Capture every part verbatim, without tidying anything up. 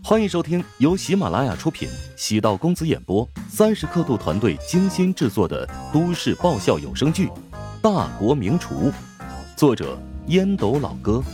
欢迎收听由喜马拉雅出品，喜道公子演播，三十刻度团队精心制作的都市爆笑有声剧《大国名厨》，作者烟斗老哥，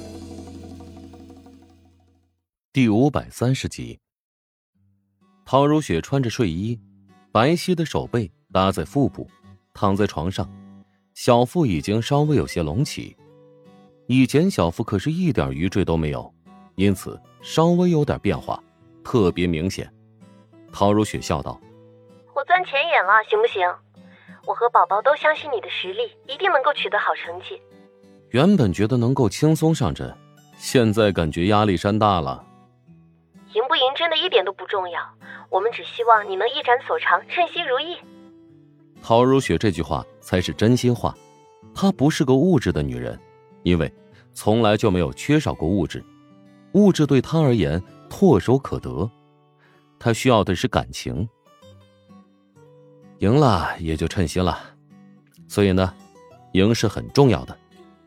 第五百三十集。陶如雪穿着睡衣，白皙的手背搭在腹部，躺在床上，小腹已经稍微有些隆起。以前小腹可是一点余坠都没有，因此稍微有点变化，特别明显。陶如雪笑道： 我钻前眼了，行不行？我和宝宝都相信你的实力，一定能够取得好成绩。 原本觉得能够轻松上阵，现在感觉压力山大了。 赢不赢真的一点都不重要，我们只希望你能一展所长，称心如意。 陶如雪这句话才是真心话，她不是个物质的女人，因为从来就没有缺少过物质，物质对她而言唾手可得，她需要的是感情。赢了也就称心了，所以呢，赢是很重要的。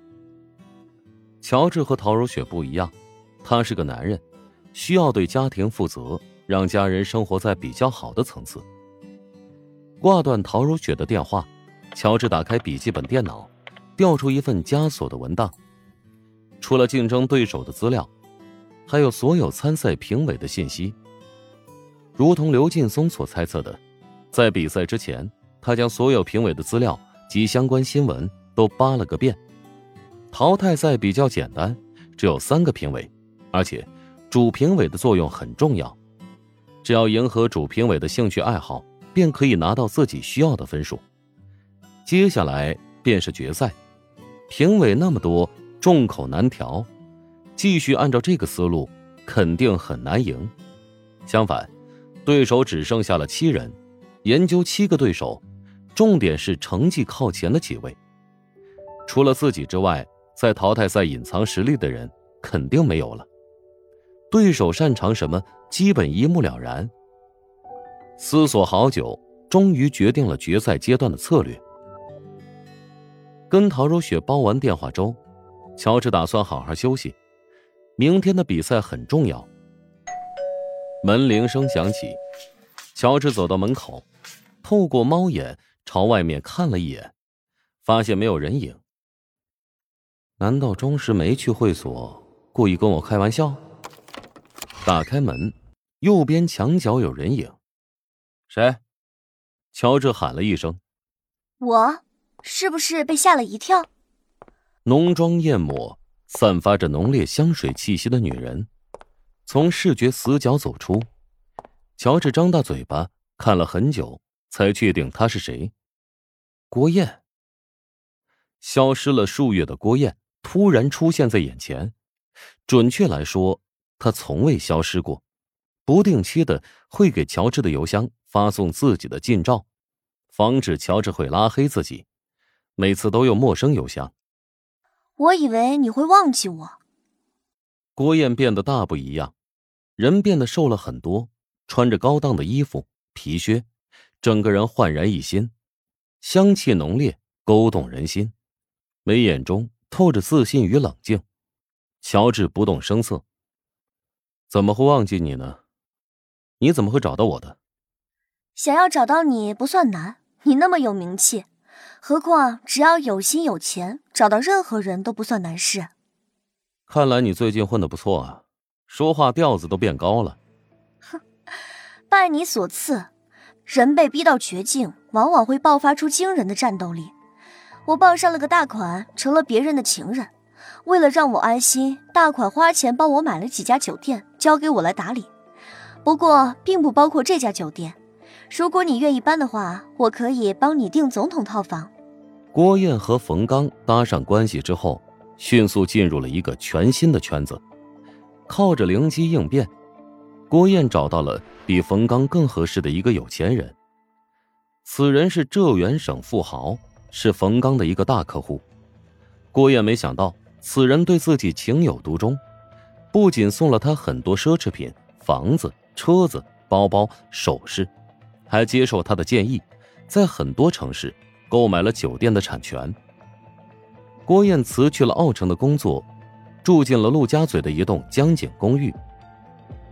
乔治和陶如雪不一样，他是个男人，需要对家庭负责，让家人生活在比较好的层次。挂断陶如雪的电话，乔治打开笔记本电脑，调出一份枷锁的文档，除了竞争对手的资料，还有所有参赛评委的信息。如同刘劲松所猜测的，在比赛之前，他将所有评委的资料及相关新闻都扒了个遍。淘汰赛比较简单，只有三个评委，而且主评委的作用很重要，只要迎合主评委的兴趣爱好，便可以拿到自己需要的分数。接下来便是决赛，评委那么多，众口难调，继续按照这个思路肯定很难赢。相反，对手只剩下了七人，研究七个对手，重点是成绩靠前的几位。除了自己之外，在淘汰赛隐藏实力的人肯定没有了。对手擅长什么，基本一目了然。思索好久，终于决定了决赛阶段的策略。跟陶如雪煲完电话粥，乔治打算好好休息，明天的比赛很重要。门铃声响起，乔治走到门口，透过猫眼朝外面看了一眼，发现没有人影。难道钟石没去会所，故意跟我开玩笑？打开门，右边墙角有人影。谁？乔治喊了一声。 我？是不是被吓了一跳？ 浓妆艳抹，散发着浓烈香水气息的女人从视觉死角走出。乔治张大嘴巴看了很久，才确定她是谁。郭燕。消失了数月的郭燕突然出现在眼前，准确来说，她从未消失过，不定期的会给乔治的邮箱发送自己的近照，防止乔治会拉黑自己，每次都用陌生邮箱。 我以为你会忘记我。 郭燕变得大不一样，人变得瘦了很多，穿着高档的衣服皮靴，整个人焕然一新，香气浓烈，勾动人心，眉眼中透着自信与冷静。乔治不动声色。怎么会忘记你呢？你怎么会找到我的？ 想要找到你不算难，你那么有名气，何况只要有心有钱，找到任何人都不算难事。 看来你最近混得不错啊，说话调子都变高了。 哼，拜你所赐，人被逼到绝境，往往会爆发出惊人的战斗力。我傍上了个大款，成了别人的情人，为了让我安心，大款花钱帮我买了几家酒店，交给我来打理。不过并不包括这家酒店，如果你愿意搬的话，我可以帮你订总统套房。 郭燕和冯刚搭上关系之后，迅速进入了一个全新的圈子。靠着灵机应变，郭燕找到了比冯刚更合适的一个有钱人。此人是浙源省富豪，是冯刚的一个大客户。郭燕没想到此人对自己情有独钟，不仅送了他很多奢侈品、房子、车子、包包、首饰，还接受他的建议，在很多城市购买了酒店的产权。郭燕辞去了奥城的工作，住进了陆家嘴的一栋江景公寓。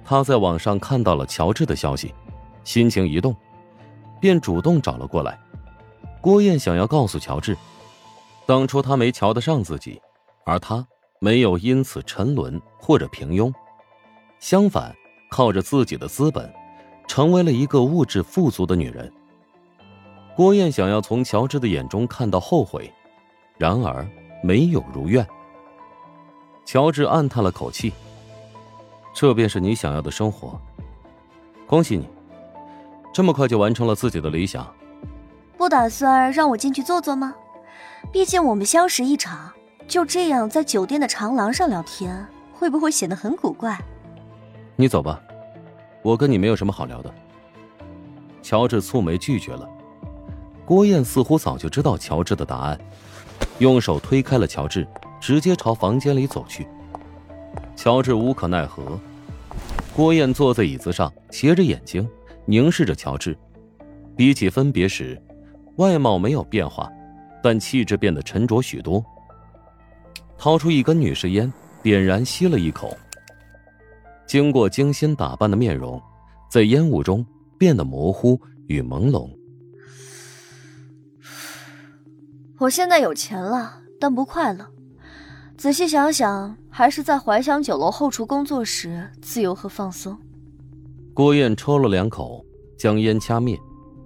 他在网上看到了乔治的消息，心情一动，便主动找了过来。郭燕想要告诉乔治，当初他没瞧得上自己，而他没有因此沉沦或者平庸，相反，靠着自己的资本，成为了一个物质富足的女人。郭燕想要从乔治的眼中看到后悔，然而没有如愿。乔治暗叹了口气，这便是你想要的生活，恭喜你，这么快就完成了自己的理想。 不打算让我进去坐坐吗？毕竟我们相识一场，就这样在酒店的长廊上聊天，会不会显得很古怪？ 你走吧，我跟你没有什么好聊的。乔治蹙眉拒绝了。郭燕似乎早就知道乔治的答案，用手推开了乔治，直接朝房间里走去。乔治无可奈何。郭燕坐在椅子上，斜着眼睛凝视着乔治。比起分别时，外貌没有变化，但气质变得沉着许多。掏出一根女士烟，点燃吸了一口。经过精心打扮的面容，在烟雾中变得模糊与朦胧。 我现在有钱了，但不快乐。仔细想想，还是在怀乡酒楼后厨工作时自由和放松。 郭燕抽了两口，将烟掐灭。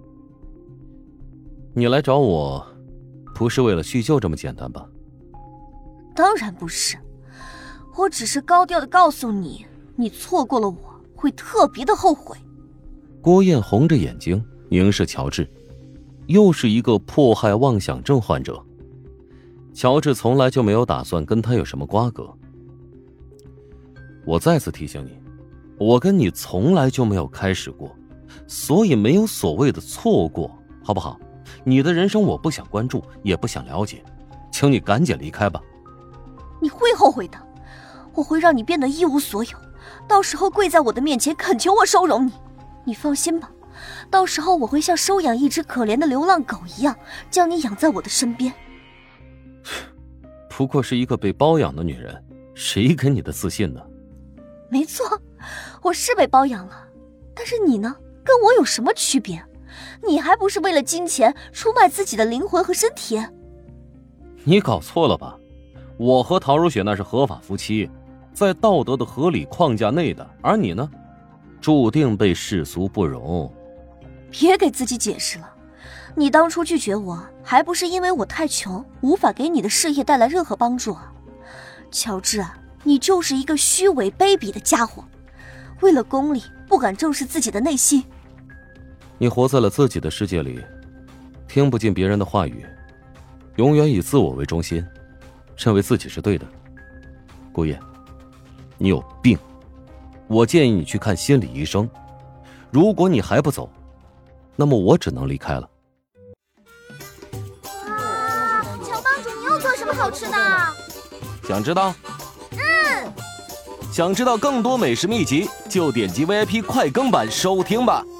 你来找我，不是为了叙旧这么简单吧？ 当然不是，我只是高调的告诉你，你错过了我，会特别的后悔。 郭燕红着眼睛凝视乔治，又是一个迫害妄想症患者。乔治从来就没有打算跟他有什么瓜葛。我再次提醒你，我跟你从来就没有开始过，所以没有所谓的错过，好不好？你的人生我不想关注，也不想了解，请你赶紧离开吧。 你会后悔的，我会让你变得一无所有，到时候跪在我的面前恳求我收容你。你放心吧，到时候我会像收养一只可怜的流浪狗一样，将你养在我的身边。 不过是一个被包养的女人，谁给你的自信呢？ 没错，我是被包养了，但是你呢？跟我有什么区别？你还不是为了金钱出卖自己的灵魂和身体？ 你搞错了吧？我和陶如雪那是合法夫妻，在道德的合理框架内的，而你呢，注定被世俗不容。 别给自己解释了，你当初拒绝我，还不是因为我太穷，无法给你的事业带来任何帮助啊？乔治啊，你就是一个虚伪卑鄙的家伙，为了功利，不敢正视自己的内心。 你活在了自己的世界里，听不进别人的话语，永远以自我为中心，认为自己是对的。顾燕，你有病，我建议你去看心理医生。如果你还不走，那么我只能离开了。 哇，乔帮主，你又做什么好吃的？ 想知道？ 嗯。 想知道更多美食秘籍，就点击 V I P 快更版收听吧。